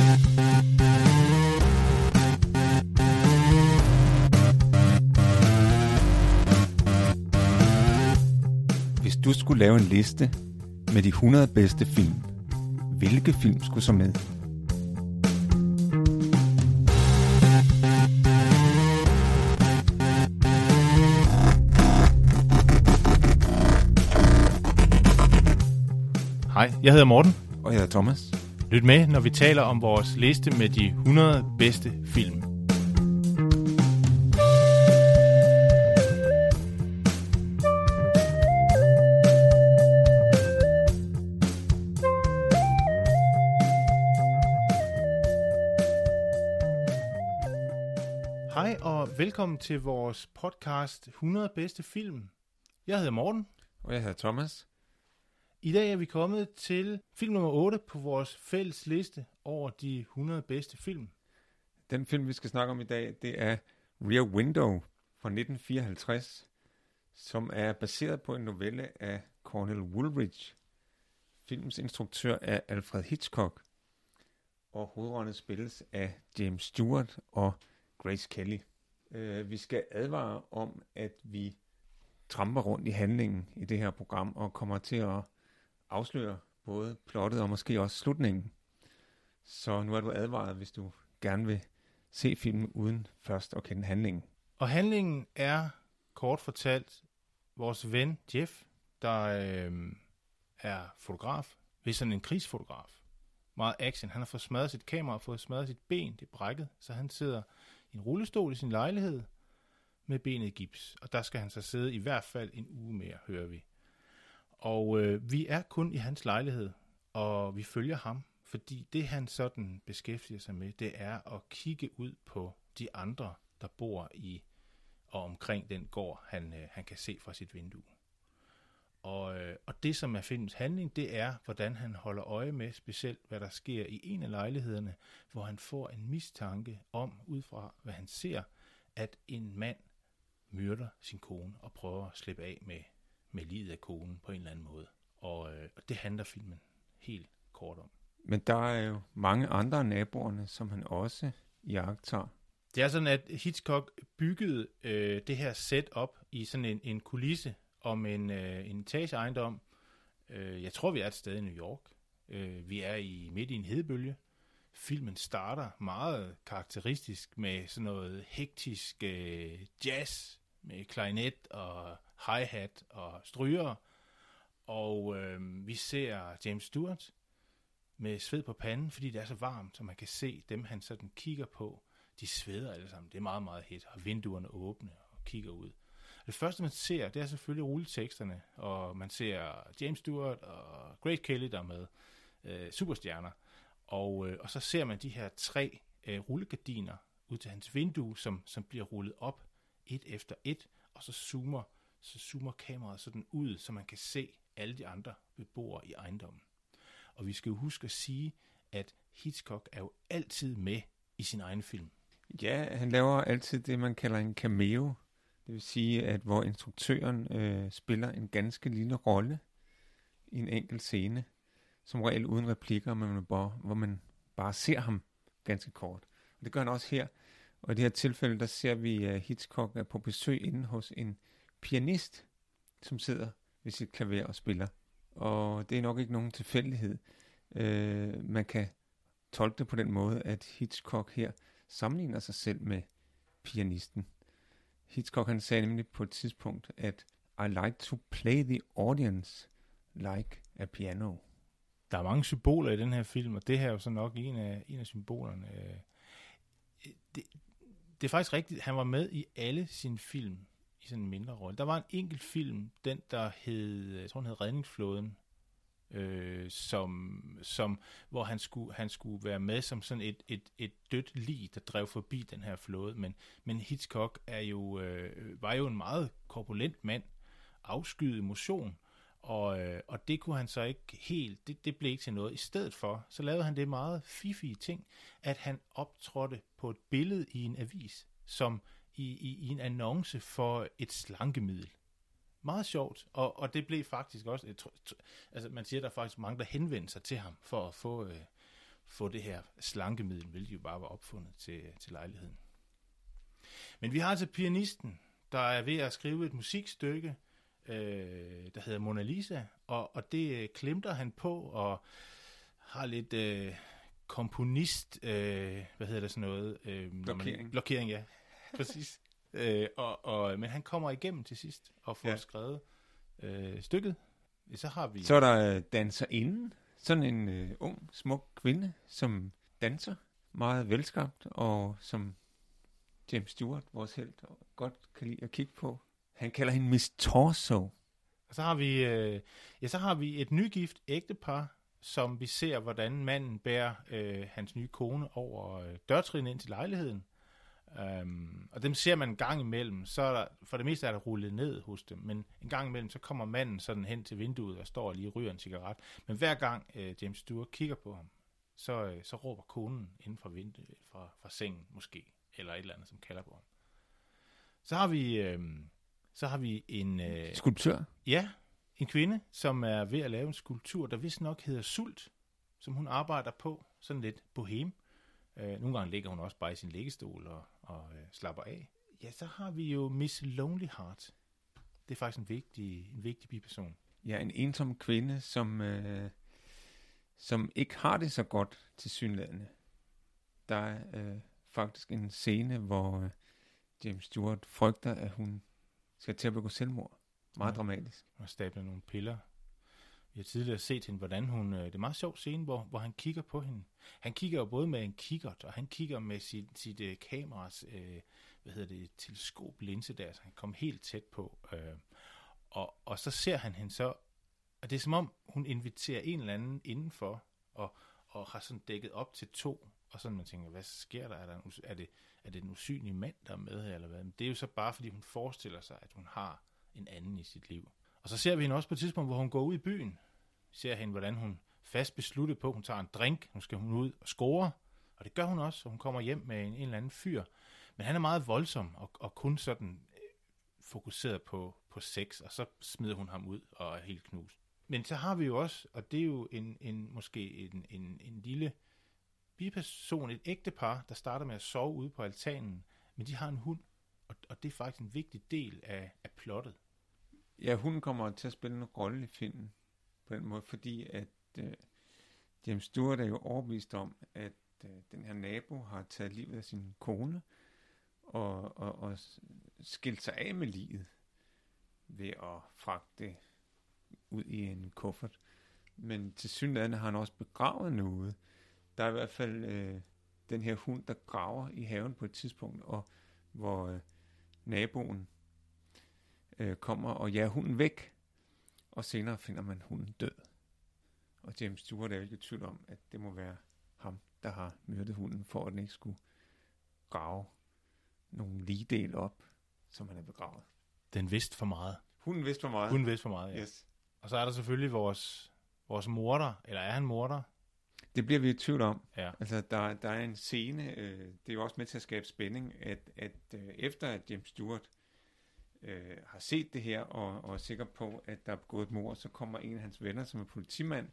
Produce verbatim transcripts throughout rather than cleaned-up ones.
Hvis du skulle lave en liste med de hundrede bedste film, hvilke film skulle så med? Hej, jeg hedder Morten. Og jeg hedder Thomas. Lyt med, når vi taler om vores liste med de hundrede bedste film. Hej og velkommen til vores podcast hundrede bedste film. Jeg hedder Morten. Og jeg hedder Thomas. I dag er vi kommet til film nummer otte på vores fælles liste over de hundrede bedste film. Den film, vi skal snakke om i dag, det er Rear Window fra nitten fireoghalvtreds, som er baseret på en novelle af Cornell Woolrich. Filmens instruktør er Alfred Hitchcock, og hovedrollerne spilles af James Stewart og Grace Kelly. Uh, vi skal advare om, at vi tramper rundt i handlingen i det her program, og kommer til at afsløre både plottet og måske også slutningen. Så nu er du advaret, hvis du gerne vil se filmen uden først at kende handlingen. Og handlingen er kort fortalt vores ven Jeff, der øh, er fotograf, ved sådan en krigsfotograf. Meget action. Han har fået smadret sit kamera og fået smadret sit ben, det er brækket, så han sidder i en rullestol i sin lejlighed med benet i gips. Og der skal han så sidde i hvert fald en uge mere, hører vi. Og øh, vi er kun i hans lejlighed, og vi følger ham, fordi det han sådan beskæftiger sig med, det er at kigge ud på de andre, der bor i og omkring den gård, han, øh, han kan se fra sit vindue. Og, øh, og det, som er filmens handling, det er, hvordan han holder øje med, specielt hvad der sker i en af lejlighederne, hvor han får en mistanke om, ud fra hvad han ser, at en mand myrder sin kone og prøver at slippe af med med livet af konen på en eller anden måde. Og, øh, og det handler filmen helt kort om. Men der er jo mange andre af naboerne, som han også iagttager. Det er sådan, at Hitchcock byggede øh, det her set op i sådan en, en kulisse om en, øh, en etageejendom. Øh, jeg tror, vi er et sted i New York. Øh, vi er i midt i en hedebølge. Filmen starter meget karakteristisk med sådan noget hektisk øh, jazz med klarinet og hi-hat og stryger, og øh, vi ser James Stewart med sved på panden, fordi det er så varmt, så man kan se dem, han sådan kigger på. De sveder alle sammen. Det er meget, meget hedt, og vinduerne åbne og kigger ud. Det første, man ser, det er selvfølgelig rulleteksterne, og man ser James Stewart og Grace Kelly, der er med, øh, superstjerner, og, øh, og så ser man de her tre øh, rullegardiner ud til hans vindue, som, som bliver rullet op et efter et, og så zoomer så zoomer kameraet sådan ud, så man kan se alle de andre beboere i ejendommen. Og vi skal jo huske at sige, at Hitchcock er jo altid med i sin egen film. Ja, han laver altid det, man kalder en cameo. Det vil sige, at hvor instruktøren øh, spiller en ganske lille rolle i en enkelt scene, som regel uden replikker, men man bare, hvor man bare ser ham ganske kort. Og det gør han også her. Og i det her tilfælde, der ser vi, at Hitchcock er på besøg inde hos en pianist, som sidder ved sit klaver og spiller. Og det er nok ikke nogen tilfældighed. Øh, man kan tolke det på den måde, at Hitchcock her sammenligner sig selv med pianisten. Hitchcock han sagde nemlig på et tidspunkt, at I like to play the audience like a piano. Der er mange symboler i den her film, og det her er jo så nok en af, en af symbolerne. Det, det er faktisk rigtigt, han var med i alle sine film, i sådan en mindre rolle. Der var en enkelt film, den der hed, jeg tror den hed Redningsflåden, øh, som, som, hvor han skulle, han skulle være med som sådan et, et, et dødt lig, der drev forbi den her flåde. Men, men Hitchcock er jo, øh, var jo en meget korpulent mand, afskyet emotion, og, øh, og det kunne han så ikke helt, det, det blev ikke til noget. I stedet for, så lavede han det meget fiffige ting, at han optrådte på et billede i en avis, som i, i, i en annonce for et slankemiddel. Meget sjovt, og, og det blev faktisk også, et, altså man siger, der er faktisk mange, der henvendte sig til ham for at få, øh, få det her slankemiddel, hvilket jo bare var opfundet til, til lejligheden. Men vi har altså pianisten, der er ved at skrive et musikstykke, øh, der hedder Mona Lisa, og, og det klimter han på, og har lidt øh, komponist, øh, hvad hedder det sådan noget? Øh, blokering. Man, blokering, ja. Præcis. øh, og, og, men han kommer igennem til sidst, og får ja. skrevet øh, stykket. Så har vi... Så er der danserinden, sådan en øh, ung, smuk kvinde, som danser meget velskabt, og som James Stewart, vores helt, godt kan lide at kigge på. Han kalder hende Miss Torso. Og så har vi, øh, ja, så har vi et nygift ægtepar, som vi ser, hvordan manden bærer øh, hans nye kone over øh, dørtrin ind til lejligheden. Um, og dem ser man en gang imellem, så er der, for det meste er der rullet ned hos dem, men en gang imellem, så kommer manden sådan hen til vinduet og står og lige ryger en cigaret. Men hver gang øh, James Stewart kigger på ham, så, øh, så råber konen inden fra, vinduet, fra, fra sengen måske, eller et eller andet, som kalder på ham. Så har vi, øh, så har vi en... Øh, Skulptør? Ja, en kvinde, som er ved at lave en skulptur, der vist nok hedder Sult, som hun arbejder på, sådan lidt bohem. Øh, nogle gange ligger hun også bare i sin liggestol og, og øh, slapper af. Ja, så har vi jo Miss Lonely Heart. Det er faktisk en vigtig, en vigtig biperson. Ja, en ensom kvinde, som, øh, som ikke har det så godt tilsyneladende. Der er øh, faktisk en scene, hvor øh, James Stewart frygter, at hun skal til at begå selvmord. Meget ja. dramatisk. Og stabler nogle piller. Vi har tidligere set hende, hvordan hun... Det er en meget sjov scene, hvor, hvor han kigger på hende. Han kigger jo både med en kikkert, og han kigger med sit, sit uh, kameras, uh, hvad hedder det, teleskoplinse der, så han kommer helt tæt på. Uh, og, og så ser han hende så... Og det er som om, hun inviterer en eller anden indenfor, og, og har sådan dækket op til to. Og sådan man tænker, hvad sker der? Er, der en, er, det, er det en usynlig mand, der er med her, eller hvad? Men det er jo så bare, fordi hun forestiller sig, at hun har en anden i sit liv. Og så ser vi hende også på et tidspunkt, hvor hun går ud i byen. Vi ser hende, hvordan hun fast besluttet på, hun tager en drink, nu skal hun ud og score. Og det gør hun også, og hun kommer hjem med en, en eller anden fyr. Men han er meget voldsom, og, og kun sådan øh, fokuseret på, på sex, og så smider hun ham ud og er helt knust. Men så har vi jo også, og det er jo en, en, måske en, en, en lille biperson, et ægtepar, der starter med at sove ude på altanen, men de har en hund, og, og det er faktisk en vigtig del af, af plottet. Ja, hunden kommer til at spille en rolle i filmen på den måde, fordi at øh, James Stewart er jo overbevist om, at øh, den her nabo har taget livet af sin kone og, og, og skilt sig af med livet ved at fragte det ud i en kuffert. Men til synligheden har han også begravet noget. Der er i hvert fald øh, den her hund, der graver i haven på et tidspunkt, og hvor øh, naboen øh, kommer og jager hunden væk, og senere finder man hunden død. Og James Stewart er ikke i tvivl om, at det må være ham, der har myrdet hunden, for at den ikke skulle grave nogle ligedel op, som han er begravet. Den vidste for meget. Hunden vidste for meget. Hunden vidste for meget, ja. Yes. Og så er der selvfølgelig vores, vores morder, eller er han morder? Det bliver vi i tvivl om. Ja. Altså, der, der er en scene, øh, det er jo også med til at skabe spænding, at, at øh, efter at James Stewart øh, har set det her, og, og er sikker på, at der er begået et mord, så kommer en af hans venner, som er politimand,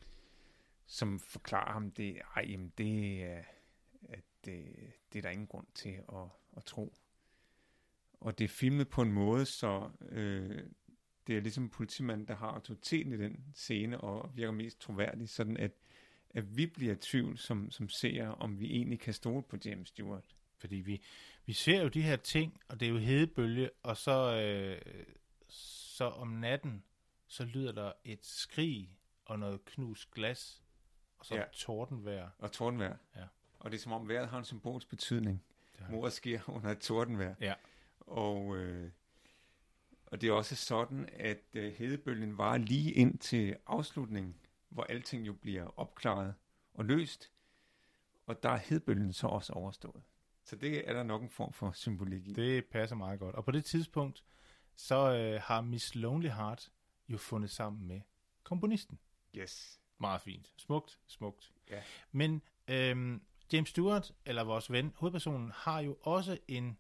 som forklarer ham det, ej, jamen det, øh, at det, det er der ingen grund til at, at tro. Og det er filmet på en måde, så øh, det er ligesom politimanden, der har autoriteten i den scene, og virker mest troværdig, sådan at, at vi bliver i tvivl som, som seere, om vi egentlig kan stole på James Stewart. Fordi vi, vi ser jo de her ting, og det er jo hedebølge, og så, øh, så om natten, så lyder der et skrig og noget knust glas, og så ja. tordenvejr. Og tordenvejr. Ja. Og det er som om vejret har en symbolsk betydning. Mordet sker under et tordenvejr. Ja. Og, øh, og det er også sådan, at øh, hedebølgen var lige ind til afslutningen, hvor alting jo bliver opklaret og løst. Og der er hedebølgen så også overstået. Så det er der nok en form for symbolik i. Det passer meget godt. Og på det tidspunkt, så øh, har Miss Lonely Heart jo fundet sammen med komponisten. Yes. Meget fint. Smukt, smukt. Ja. Men øh, James Stewart, eller vores ven, hovedpersonen, har jo også en,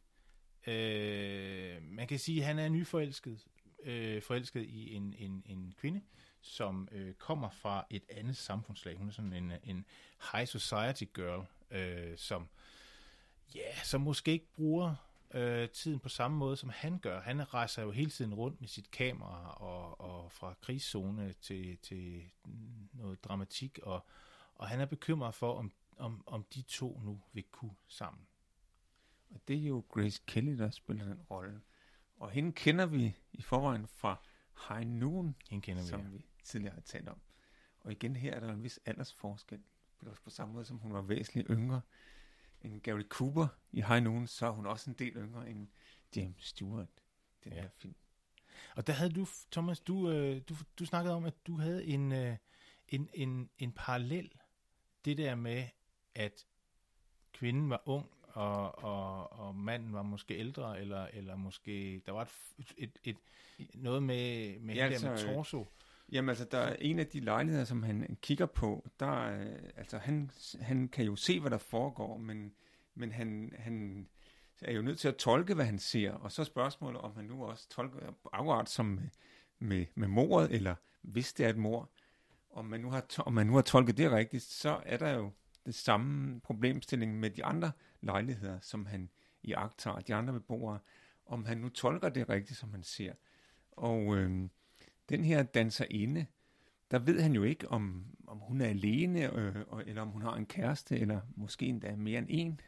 øh, man kan sige, han er nyforelsket, øh, forelsket i en, en, en kvinde, som øh, kommer fra et andet samfundslag. Hun er sådan en, en high society girl, øh, som, ja, som måske ikke bruger øh, tiden på samme måde, som han gør. Han rejser jo hele tiden rundt med sit kamera, og, og fra krigszone til, til noget dramatik, og, og han er bekymret for, om, om, om de to nu vil kunne sammen. Og det er jo Grace Kelly, der spiller den rolle. Og hende kender vi i forvejen fra High Noon, hende kender vi, som ja. vi tidligere har talt om. Og igen her er der en vis aldersforskel. På samme måde som hun var væsentligt yngre end Gary Cooper i High Noon, så er hun også en del yngre end James Stewart, den ja. her film. Og der havde du, Thomas, du, øh, du, du snakkede om, at du havde en, øh, en, en, en parallel. Det der med, at kvinden var ung, og, og, og manden var måske ældre, eller, eller måske, der var et, et, et, et noget med, med, ja, altså, der med torso. Jamen altså, der er en af de lejligheder, som han kigger på, der altså, han, han kan jo se, hvad der foregår, men, men han, han er jo nødt til at tolke, hvad han ser, og så spørgsmålet, om han nu også tolker akkurat som med, med, med mordet, eller hvis det er et mord, om man, nu har, om man nu har tolket det rigtigt, så er der jo det samme problemstilling med de andre lejligheder, som han i agtager, de andre beboere, om han nu tolker det rigtigt, som han ser. Og øh, den her danserinde, der ved han jo ikke, om, om hun er alene, øh, eller om hun har en kæreste, eller måske endda mere end en,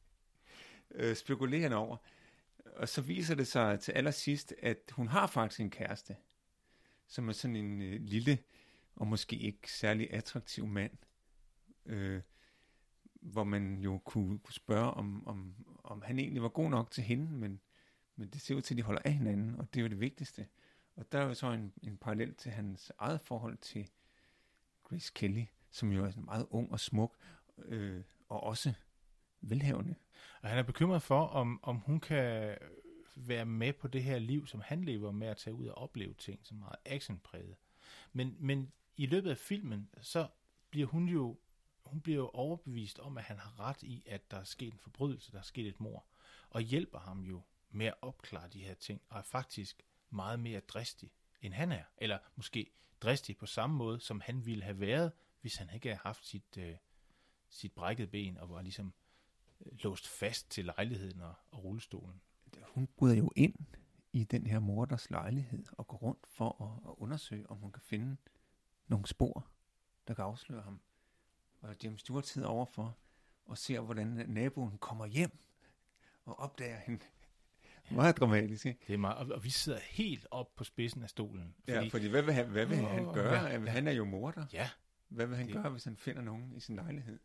øh, spekulerer han over. Og så viser det sig til allersidst, at hun har faktisk en kæreste, som er sådan en øh, lille, og måske ikke særlig attraktiv mand, øh, hvor man jo kunne, kunne spørge, om, om, om han egentlig var god nok til hende, men, men det ser ud til, at de holder af hinanden, og det er jo det vigtigste. Og der er jo så en, en parallel til hans eget forhold til Grace Kelly, som jo er meget ung og smuk, øh, og også velhavende. Og han er bekymret for, om, om hun kan være med på det her liv, som han lever med at tage ud og opleve ting, som er meget actionpræget. Men, men i løbet af filmen, så bliver hun jo hun bliver jo overbevist om, at han har ret i, at der er sket en forbrydelse, der er sket et mord, og hjælper ham jo med at opklare de her ting, og er faktisk meget mere dristig, end han er. Eller måske dristig på samme måde, som han ville have været, hvis han ikke havde haft sit, øh, sit brækkede ben, og var ligesom øh, låst fast til lejligheden og, og rullestolen. Hun bryder jo ind i den her morders lejlighed, og går rundt for at, at undersøge, om hun kan finde nogle spor, der kan afsløre ham. Og James Stewart sidder overfor og ser, hvordan naboen kommer hjem og opdager hende. Ja. Meget dramatisk, ikke? Det er meget, og, og vi sidder helt op på spidsen af stolen. Fordi, ja, fordi hvad vil han, hvad vil åh, han gøre? Ja, ja. Han er jo morder. Ja. Hvad vil han det. gøre, hvis han finder nogen i sin lejlighed?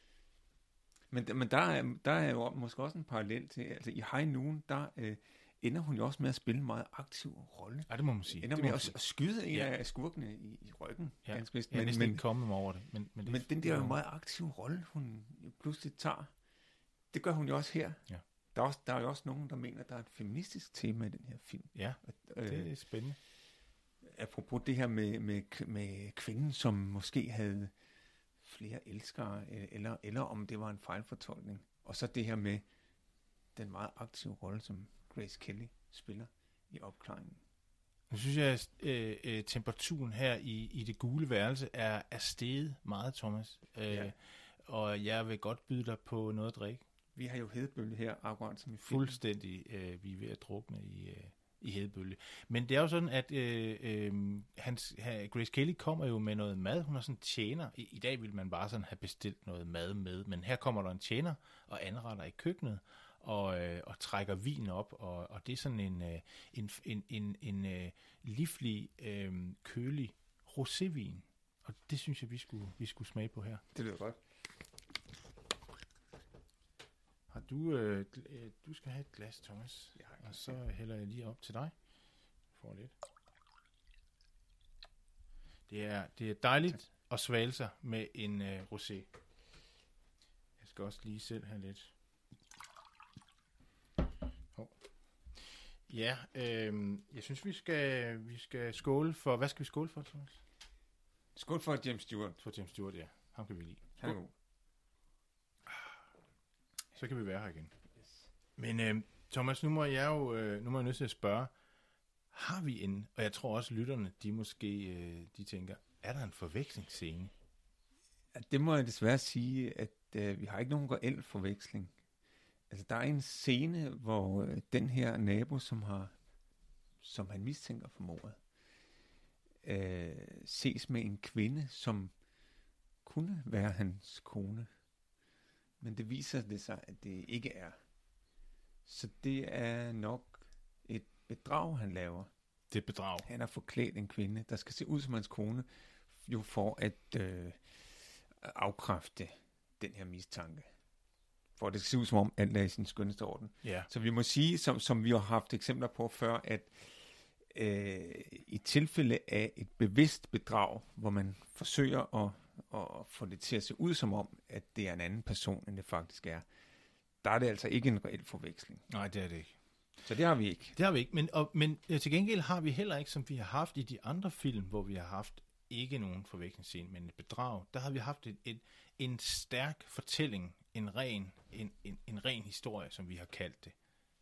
Men, men der, er, der er jo måske også en parallel til, altså i High Noon, der øh, ender hun jo også med at spille en meget aktiv rolle. Ja, det må man sige. Ender det med at, at skyde en ja. af skurkene i, i ryggen. Ja, ganske vist. jeg er men, næsten men, ikke kommet mig over det. Men, men, det, men den der er jo meget aktiv rolle, hun pludselig tager. Det gør hun jo også her. Ja. Der, er også, der er jo også nogen, der mener, at der er et feministisk tema i den her film. Ja, øh, det er spændende. Apropos det her med, med, med kvinden, som måske havde flere elskere, eller, eller om det var en fejlfortolkning. Og så det her med den meget aktive rolle, som Grace Kelly spiller i opklaringen. Nu synes jeg, at øh, øh, temperaturen her i, i det gule værelse er, er steget meget, Thomas. Øh, ja. Og jeg vil godt byde dig på noget at drikke. Vi har jo hedebølge her, akkurat som i film. Fuldstændig. Øh, vi er ved at drukne i, øh, i hedebølge. Men det er jo sådan, at øh, øh, hans, her, Grace Kelly kommer jo med noget mad. Hun har sådan en tjener. I, I dag ville man bare sådan have bestilt noget mad med. Men her kommer der en tjener og anretter i køkkenet. Og, øh, og trækker vin op, og, og det er sådan en, øh, en, en, en, en øh, livlig, øh, kølig rosévin. Og det synes jeg, vi skulle, vi skulle smage på her. Det lyder godt. Har du, øh, øh, du skal have et glas, Thomas, ja, og så hælder jeg lige op til dig. Får lidt. Det er, det er dejligt tak. At svale sig med en øh, rosé. Jeg skal også lige selv have lidt. Ja, øh, jeg synes, vi skal, vi skal skåle for... Hvad skal vi skåle for, Thomas? Skål for James Stewart. For James Stewart, ja. Ham kan vi lide. Han er god. Så kan vi være her igen. Yes. Men øh, Thomas, nu må jeg jo øh, nu må jeg nødt til at spørge. har vi en, og jeg tror også lytterne, de måske, øh, de tænker, er der en forvekslingsscene? Det må jeg desværre sige, at øh, vi har ikke nogen reel forveksling. Altså, der er en scene, hvor øh, den her nabo, som har, som han mistænker for mordet, øh, ses med en kvinde, som kunne være hans kone. Men det viser det sig, at det ikke er. Så det er nok et bedrag, han laver. Det er et bedrag. Han har forklædt en kvinde, der skal se ud som hans kone, jo for at øh, afkræfte den her mistanke. For det skal se ud som om, alt er i sin skønneste orden. Ja. Så vi må sige, som, som vi har haft eksempler på før, at øh, i tilfælde af et bevidst bedrag, hvor man forsøger at, at få det til at se ud som om, at det er en anden person, end det faktisk er, der er det altså ikke en reel forveksling. Nej, det er det ikke. Så det har vi ikke. Det har vi ikke, men, og, men til gengæld har vi heller ikke, som vi har haft i de andre film, hvor vi har haft ikke nogen forvekslingsscene, men et bedrag, der har vi haft et, et, en stærk fortælling, en ren, en, en, en ren historie, som vi har kaldt det.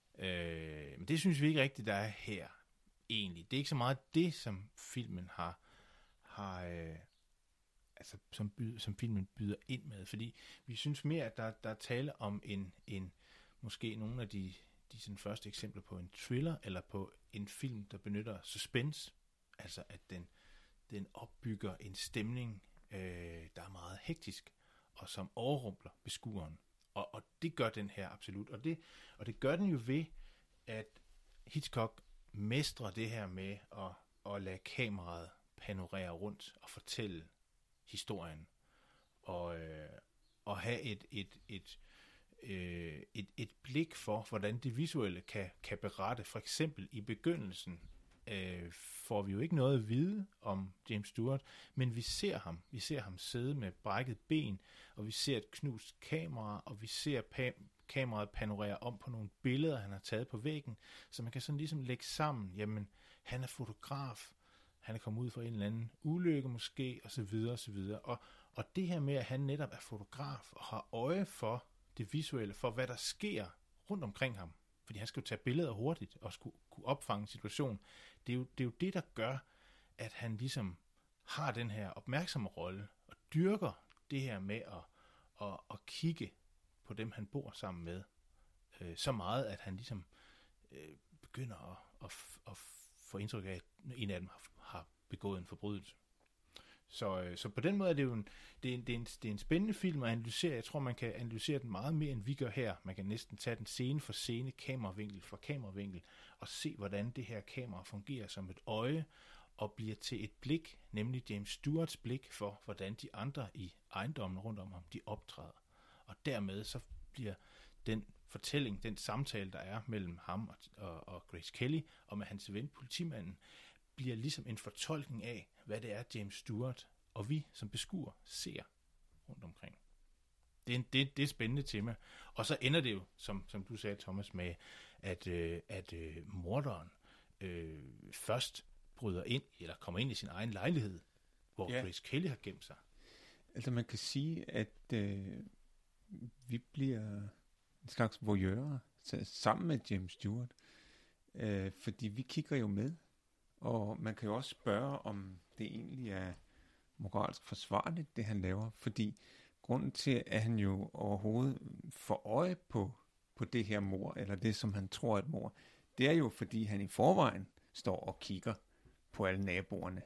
Øh, men det synes vi ikke rigtigt, der er her, egentlig. Det er ikke så meget det, som filmen har, har øh, altså, som, byder, som filmen byder ind med, fordi vi synes mere, at der, der er tale om en, en måske nogle af de de sådan første eksempler på en thriller, eller på en film, der benytter suspense, altså at den, den opbygger en stemning, øh, der er meget hektisk, og som overrumpler beskueren. Og, og det gør den her absolut. Og det, og det gør den jo ved, at Hitchcock mestrer det her med at, at lade kameraet panorere rundt og fortælle historien. Og, øh, og have et, et, et Et, et blik for, hvordan det visuelle kan, kan berette. For eksempel i begyndelsen øh, får vi jo ikke noget at vide om James Stewart, men vi ser ham. Vi ser ham sidde med brækket ben, og vi ser et knust kamera, og vi ser pa- kameraet panorere om på nogle billeder, han har taget på væggen, så man kan sådan ligesom lægge sammen, jamen, han er fotograf, han er kommet ud for en eller anden ulykke måske, og så videre, og så videre. Og, og det her med, at han netop er fotograf, og har øje for det visuelle, for hvad der sker rundt omkring ham. Fordi han skal jo tage billeder hurtigt, og skulle kunne opfange situationen. Det er jo det, er jo det der gør, at han ligesom har den her opmærksomme rolle, og dyrker det her med at, at, at kigge på dem, han bor sammen med, øh, så meget, at han ligesom øh, begynder at, at, at få indtryk af, at en af dem har, har begået en forbrydelse. Så, øh, så på den måde er det jo en, det er en, det er en, det er en spændende film at analysere. Jeg tror, man kan analysere den meget mere, end vi gør her. Man kan næsten tage den scene for scene, kameravinkel for kameravinkel, og se, hvordan det her kamera fungerer som et øje, og bliver til et blik, nemlig James Stewarts blik for, hvordan de andre i ejendommen rundt om ham, de optræder. Og dermed så bliver den fortælling, den samtale, der er mellem ham og, og, og Grace Kelly, og med hans ven, politimanden, bliver ligesom en fortolkning af, hvad det er, James Stewart og vi som beskuer ser rundt omkring. Det er, en, det, det er et spændende tema. Og så ender det jo, som, som du sagde, Thomas, med, at, øh, at øh, morderen øh, først bryder ind, eller kommer ind i sin egen lejlighed, hvor ja. Grace Kelly har gemt sig. Altså man kan sige, at øh, vi bliver en slags voyeurer sammen med James Stewart, øh, fordi vi kigger jo med. Og man kan jo også spørge, om det egentlig er moralsk forsvarligt, det han laver. Fordi grunden til, at han jo overhovedet får øje på, på det her mord, eller det, som han tror er et mord, det er jo, fordi han i forvejen står og kigger på alle naboerne.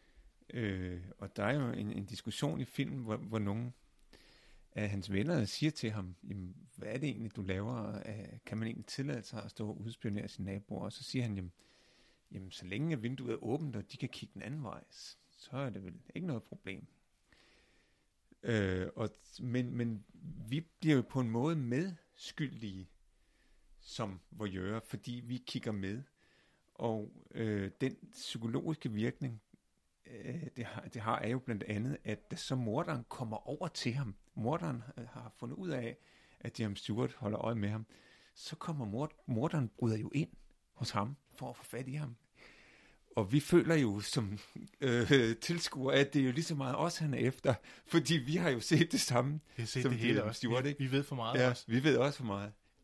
Øh, og der er jo en, en diskussion i filmen, hvor, hvor nogle af hans venner siger til ham, jamen, hvad er det egentlig, du laver? Kan man egentlig tillade sig at stå og udspionere sine naboer? Og så siger han, jamen, Jamen, så længe vinduet er åbent, og de kan kigge den anden vej, så er det vel ikke noget problem. Øh, og, men, men vi bliver jo på en måde medskyldige som voyeurer, fordi vi kigger med. Og øh, den psykologiske virkning, øh, det, har, det har er jo blandt andet, at da så morderen kommer over til ham, morderen har fundet ud af, at James Stewart holder øje med ham, så kommer mord, morderen bryder jo ind hos ham, for at få fat i ham. Og vi føler jo som øh, tilskuere, at det er jo lige så meget os, han er efter, fordi vi har jo set det samme. Vi har set det hele også. Vi, vi ved for meget ja, også. vi ved også for meget.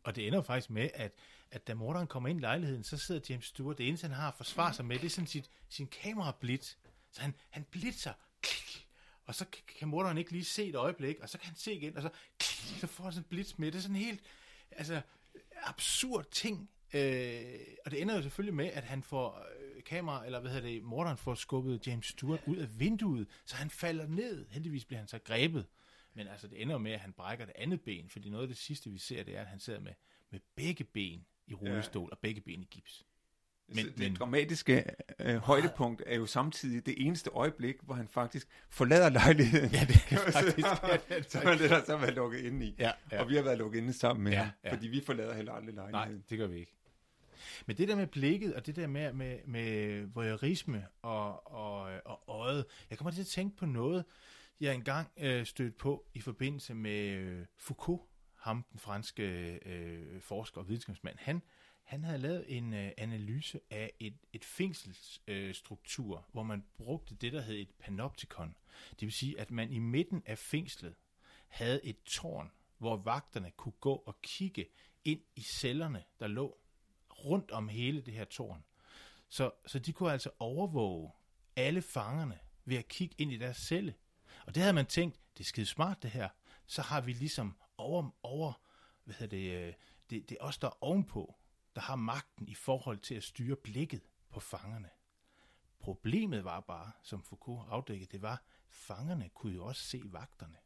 Og det ender faktisk med, at, at da morderen kommer ind i lejligheden, så sidder James Stewart, det eneste han har at forsvare sig med, det er sådan sit, sin kamerablitz. Så han, han blitzer, klik, og så kan morderen ikke lige se et øjeblik, og så kan han se igen, og så, klik, så får han sådan en blitz med. Det er sådan helt altså, absurd ting. Øh, og det ender jo selvfølgelig med, at han får øh, kamera, eller hvad hedder det, morderen får skubbet James Stewart ud af vinduet, så han falder ned. Heldigvis bliver han så grebet. Men altså, det ender jo med, at han brækker det andet ben, fordi noget af det sidste, vi ser, det er, at han sidder med, med begge ben i rullestol, ja. Og begge ben i gips. Men, det men, dramatiske øh, højdepunkt er jo samtidig det eneste øjeblik, hvor han faktisk forlader lejligheden. Ja, det er faktisk. Så man det der så været lukket inde i. Ja, ja. Og vi har været lukket inde sammen med ja, ham, ja. fordi vi forlader heller aldrig lejligheden. Nej, det gør vi ikke. Men det der med blikket, og det der med, med, med voyeurisme og, og, og øjet, jeg kommer til at tænke på noget, jeg engang øh, stødte på i forbindelse med øh, Foucault, ham den franske øh, forsker og videnskabsmand. Han, han havde lavet en øh, analyse af et, et fængselsstruktur, øh, hvor man brugte det, der hed et panoptikon. Det vil sige, at man i midten af fængslet havde et tårn, hvor vagterne kunne gå og kigge ind i cellerne, der lå rundt om hele det her tårn. Så, så de kunne altså overvåge alle fangerne ved at kigge ind i deres celle. Og det havde man tænkt, det er skide smart det her. Så har vi ligesom over, over hvad hedder det, det, det er os, der er ovenpå, der har magten i forhold til at styre blikket på fangerne. Problemet var bare, som Foucault afdækkede, det var, fangerne kunne jo også se vagterne.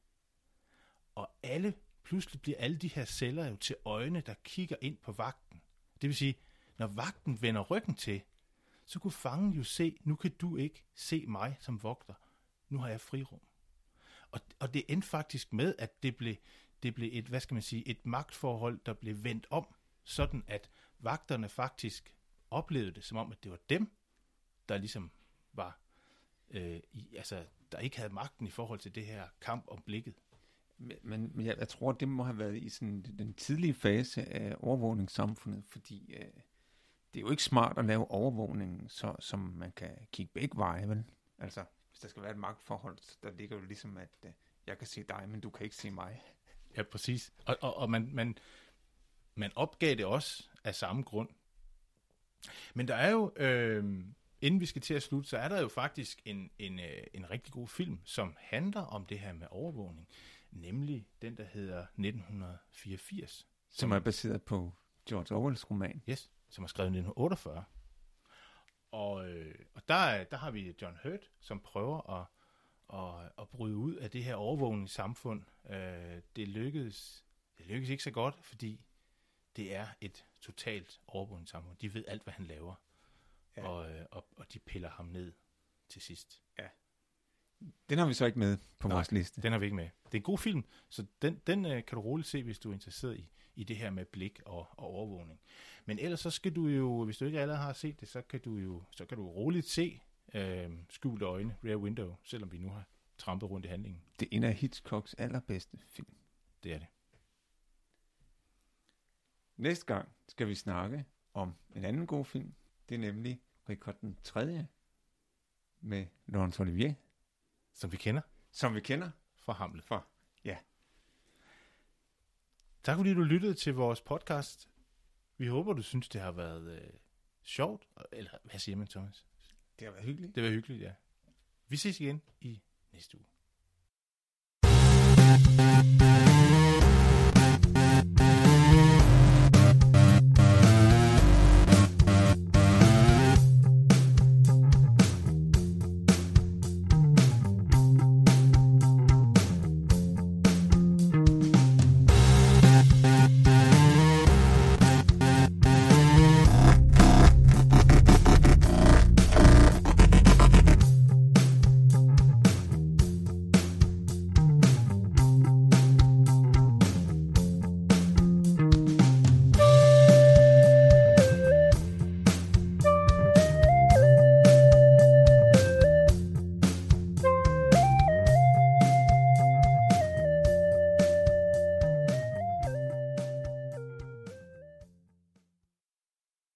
Og alle, pludselig bliver alle de her celler jo til øjne, der kigger ind på vagten. Det vil sige, når vagten vender ryggen til, så kunne fangen jo se, nu kan du ikke se mig som vogter. Nu har jeg frirum. Og, og det endte faktisk med, at det blev, det blev et, hvad skal man sige, et magtforhold, der blev vendt om, sådan at vagterne faktisk oplevede det, som om, at det var dem, der ligesom var, øh, i, altså, der ikke havde magten i forhold til det her kamp om blikket. Men, men jeg, jeg tror, det må have været i sådan den tidlige fase af overvågningssamfundet, fordi øh, det er jo ikke smart at lave overvågning, så, som man kan kigge begge veje, vel? Altså, hvis der skal være et magtforhold, så der ligger jo ligesom, at øh, jeg kan se dig, men du kan ikke se mig. Ja, præcis. Og, og, og man, man, man opgav det også af samme grund. Men der er jo, øh, inden vi skal til at slutte, så er der jo faktisk en, en, øh, en rigtig god film, som handler om det her med overvågning. Nemlig den, der hedder nitten fireogfirs. Som, som er baseret på George Orwells roman. Yes, som er skrevet i nitten otteogfyrre. Og, øh, og der, der har vi John Hurt, som prøver at, at, at bryde ud af det her overvågningssamfund. Øh, det, lykkedes, det lykkedes ikke så godt, fordi det er et totalt overvågningssamfund. De ved alt, hvad han laver. Ja. Og, og, og de piller ham ned til sidst. Ja. Den har vi så ikke med på Nej, vores liste. Den har vi ikke med. Det er en god film, så den, den uh, kan du roligt se, hvis du er interesseret i, i det her med blik og, og overvågning. Men ellers så skal du jo, hvis du ikke allerede har set det, så kan du jo så kan du roligt se uh, Skjulte øjne, Rear Window, selvom vi nu har trampet rundt i handlingen. Det er en af Hitchcocks allerbedste film. Det er det. Næste gang skal vi snakke om en anden god film. Det er nemlig Richard den tredje med Laurence Olivier. Som vi kender. Som vi kender. Fra Hamlet. Fra, ja. Tak fordi du lyttede til vores podcast. Vi håber, du synes, det har været øh, sjovt. Eller hvad siger man, Thomas? Det har været hyggeligt. Det har været hyggeligt, ja. Vi ses igen i næste uge.